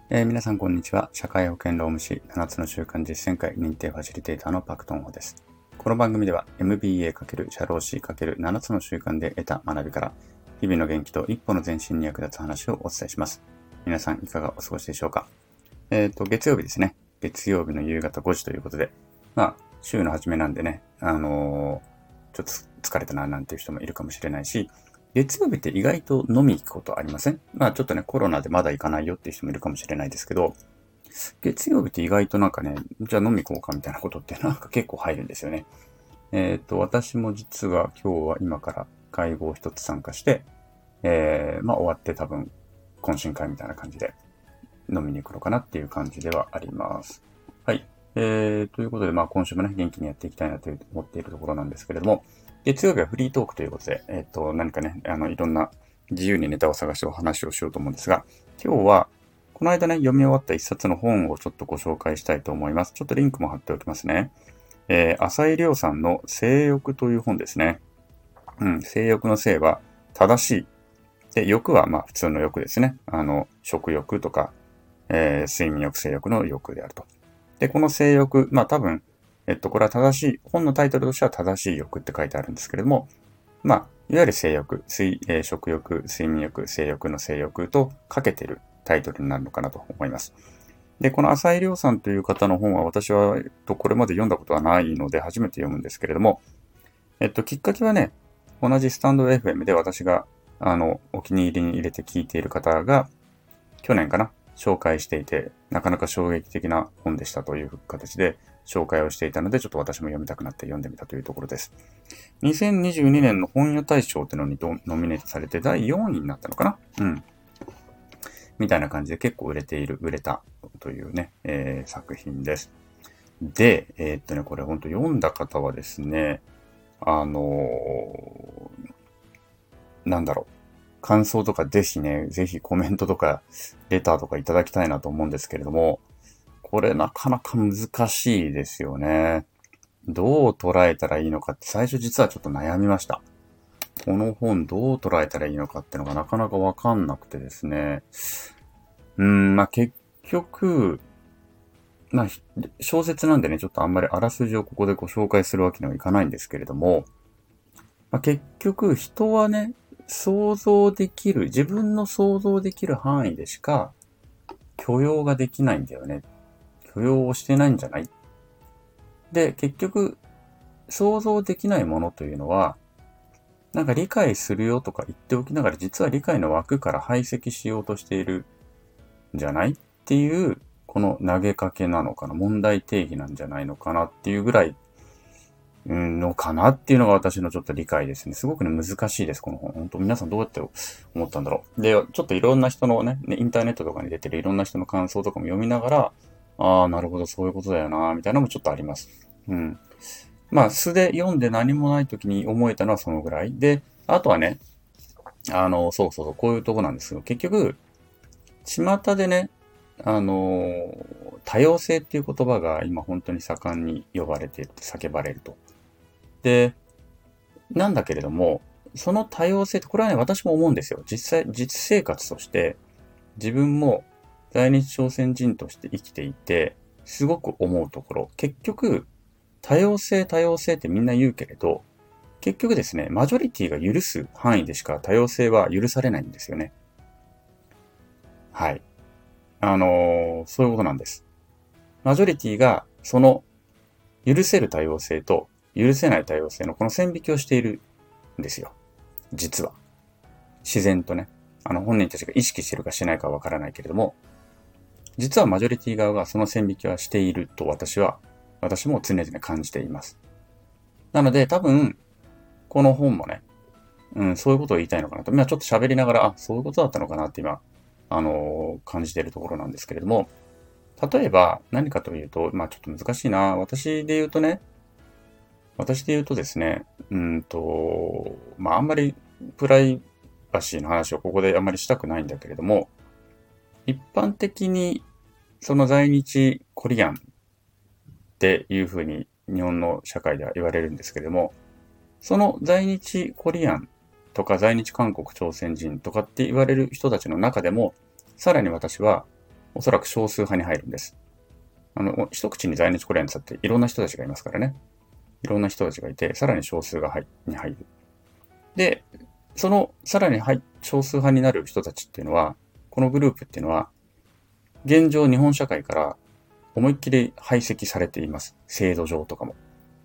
皆さんこんにちは。社会保険労務士7つの習慣実践会認定ファシリテーターのパクトンホです。この番組では MBA× 社労士 ×7 つの習慣で得た学びから日々の元気と一歩の前進に役立つ話をお伝えします。皆さんいかがお過ごしでしょうか。月曜日ですね。月曜日の夕方5時ということで、週の初めなんでね、ちょっと疲れたななんていう人もいるかもしれないし、月曜日って意外と飲み行くことありません？ちょっとね、コロナでまだ行かないよっていう人もいるかもしれないですけど、月曜日って意外とじゃあ飲み行こうかみたいなことって結構入るんですよね。私も実は今日は今から会合一つ参加して、終わって多分懇親会みたいな感じで飲みに行くのかなっていう感じではあります。はい。ということで、今週もね、元気にやっていきたいなと思っているところなんですけれども、月曜日はフリートークということで、何かね、いろんな自由にネタを探してお話をしようと思うんですが、今日は、この間ね、読み終わった一冊の本をちょっとご紹介したいと思います。ちょっとリンクも貼っておきますね。浅井亮さんの性欲という本ですね。性欲の性は正しい。で、欲は普通の欲ですね。食欲とか、睡眠欲、性欲の欲であると。で、この性欲、多分、これは正しい、本のタイトルとしては正しい欲って書いてあるんですけれども、いわゆる性欲、食欲、睡眠欲、性欲の性欲とかけてるタイトルになるのかなと思います。で、この浅井亮さんという方の本は私は、これまで読んだことはないので初めて読むんですけれども、きっかけはね、同じスタンド FM で私が、お気に入りに入れて聞いている方が、去年かな、紹介していて、なかなか衝撃的な本でしたという形で紹介をしていたので、ちょっと私も読みたくなって読んでみたというところです。2022年の本屋大賞ってのにノミネートされて第4位になったのかな、みたいな感じで結構売れたというね、作品です。で、これ本当読んだ方はですね、なんだろう。感想とかぜひコメントとかレターとかいただきたいなと思うんですけれども、これなかなか難しいですよね。どう捉えたらいいのかって最初実はちょっと悩みました。この本どう捉えたらいいのかってのがなかなかわかんなくてですね。結局、小説なんでね、ちょっとあんまりあらすじをここでご紹介するわけにはいかないんですけれども、結局人はね、自分の想像できる範囲でしか許容ができないんだよね。許容をしてないんじゃない？で、結局、想像できないものというのは、理解するよとか言っておきながら、実は理解の枠から排斥しようとしているんじゃないっていう、この投げかけなのかな、問題定義なんじゃないのかなっていうぐらい、のかなっていうのが私のちょっと理解ですね。すごくね、難しいです、この本。本当皆さんどうやって思ったんだろう。で、ちょっといろんな人のね、インターネットとかに出てるいろんな人の感想とかも読みながら、ああ、なるほど、そういうことだよな、みたいなのもちょっとあります。素で読んで何もない時に思えたのはそのぐらい。で、あとはね、こういうとこなんですけど、結局、巷でね、多様性っていう言葉が今本当に盛んに呼ばれている、叫ばれると。で、なんだけれども、その多様性って、これはね、私も思うんですよ。実生活として、自分も在日朝鮮人として生きていて、すごく思うところ。結局、多様性ってみんな言うけれど、結局ですね、マジョリティが許す範囲でしか多様性は許されないんですよね。はい。そういうことなんです。マジョリティが、その、許せる多様性と許せない多様性のこの線引きをしているんですよ。実は。自然とね。本人たちが意識しているかしないかはわからないけれども、実はマジョリティ側がその線引きはしていると私も常々感じています。なので多分、この本もね、そういうことを言いたいのかなと。今ちょっと喋りながら、そういうことだったのかなって今、感じているところなんですけれども、例えば何かというと、ちょっと難しいな。私で言うとですね、あんまりプライバシーの話をここであんまりしたくないんだけれども、一般的にその在日コリアンっていうふうに日本の社会では言われるんですけれども、その在日コリアンとか在日韓国朝鮮人とかって言われる人たちの中でも、さらに私はおそらく少数派に入るんです。一口に在日コリアンズだっていろんな人たちがいますからね。いろんな人たちがいて、さらに少数がに入る。で、そのさらに少数派になる人たちっていうのは、このグループっていうのは、現状日本社会から思いっきり排斥されています。制度上とかも。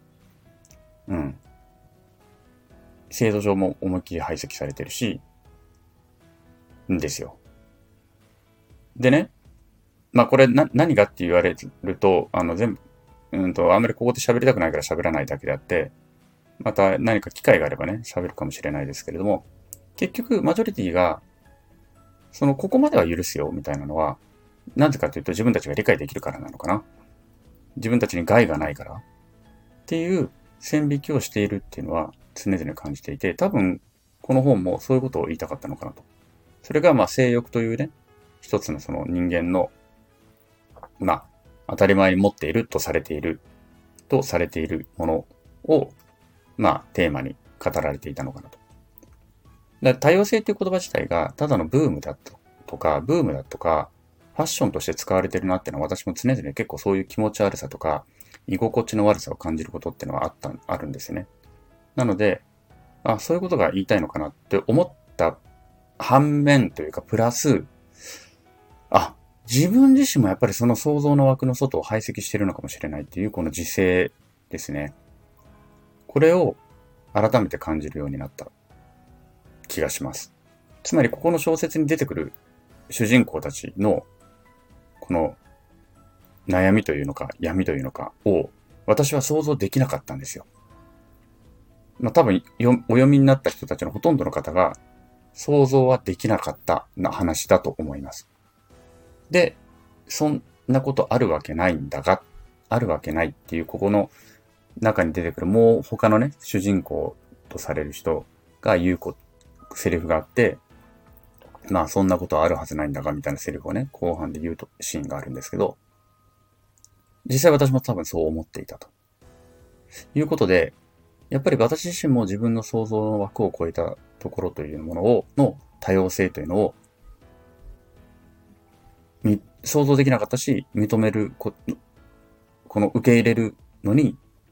制度上も思いっきり排斥されてるし、んですよ。でね、これ何がって言われると、全部、あんまりここで喋りたくないから喋らないだけであって、また何か機会があればね、喋るかもしれないですけれども、結局、マジョリティが、ここまでは許すよ、みたいなのは、なぜかというと自分たちが理解できるからなのかな。自分たちに害がないから。っていう線引きをしているっていうのは常々感じていて、多分、この本もそういうことを言いたかったのかなと。それが、性欲というね、一つのその人間の、当たり前に持っているとされているものを、テーマに語られていたのかなと。多様性っていう言葉自体が、ただのブームだとか、ファッションとして使われてるなっていうのは私も常々結構そういう気持ち悪さとか、居心地の悪さを感じることっていうのはあるんですよね。なので、そういうことが言いたいのかなって思った反面というか、プラス、自分自身もやっぱりその想像の枠の外を排斥しているのかもしれないっていうこの自制ですね。これを改めて感じるようになった気がします。つまりここの小説に出てくる主人公たちのこの悩みというのか闇というのかを私は想像できなかったんですよ。多分お読みになった人たちのほとんどの方が想像はできなかったな話だと思います。で、そんなことあるわけないんだが、あるわけないっていうここの中に出てくるもう他のね、主人公とされる人が言うセリフがあって、そんなことはあるはずないんだがみたいなセリフをね、後半で言うシーンがあるんですけど、実際私も多分そう思っていたということで、やっぱり私自身も自分の想像の枠を超えたところというものの多様性というのを想像できなかったし、認めるこの受け入れるのに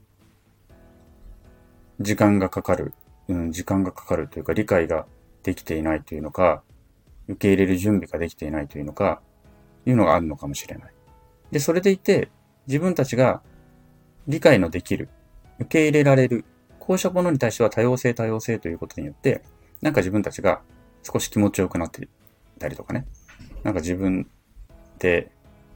時間がかかるというか理解ができていないというのか、受け入れる準備ができていないというのか、いうのがあるのかもしれない。で、それでいて自分たちが理解のできる、受け入れられる、こうしたものに対しては多様性ということによって、自分たちが少し気持ちよくなっていたりとかね。自分で、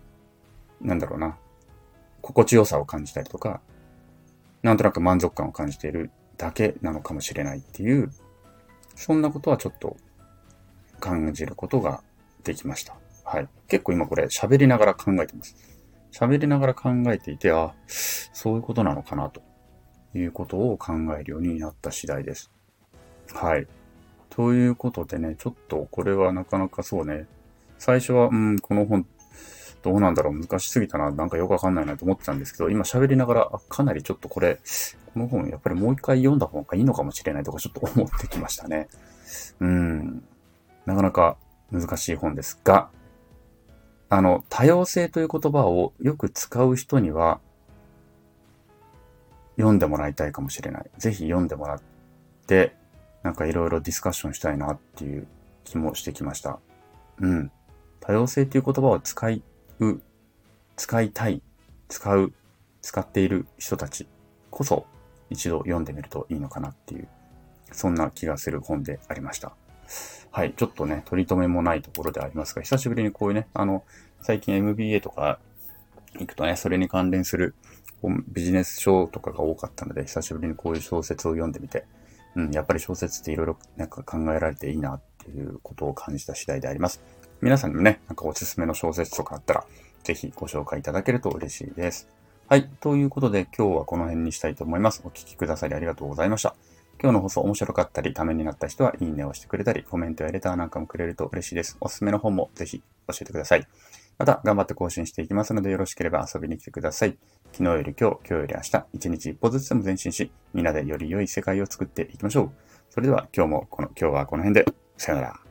心地よさを感じたりとか、なんとなく満足感を感じているだけなのかもしれないっていう、そんなことはちょっと感じることができました。はい。結構今これ喋りながら考えてます。喋りながら考えていて、そういうことなのかなということを考えるようになった次第です。はい。ということでね、ちょっとこれはなかなかそうね、最初は、この本、どうなんだろう、難しすぎたな、なんかよくわかんないなと思ってたんですけど、今喋りながら、かなりちょっとこの本、やっぱりもう一回読んだ方がいいのかもしれないとか、ちょっと思ってきましたね。なかなか難しい本ですが、多様性という言葉をよく使う人には、読んでもらいたいかもしれない。ぜひ読んでもらって、いろいろディスカッションしたいなっていう気もしてきました。多様性っていう言葉を使いたい、使っている人たちこそ一度読んでみるといいのかなっていう、そんな気がする本でありました。はい。ちょっとね、取り留めもないところでありますが、久しぶりにこういうね、最近 MBA とか行くとね、それに関連するビジネス書とかが多かったので、久しぶりにこういう小説を読んでみて、やっぱり小説っていろいろ考えられていいなっていうことを感じた次第であります。皆さんにもね、おすすめの小説とかあったら、ぜひご紹介いただけると嬉しいです。はい。ということで、今日はこの辺にしたいと思います。お聞きくださりありがとうございました。今日の放送面白かったり、ためになった人はいいねをしてくれたり、コメントやレターなんかもくれると嬉しいです。おすすめの本もぜひ教えてください。また、頑張って更新していきますので、よろしければ遊びに来てください。昨日より今日、今日より明日、一日一歩ずつでも前進し、みんなでより良い世界を作っていきましょう。それでは今日はこの辺で、さよなら。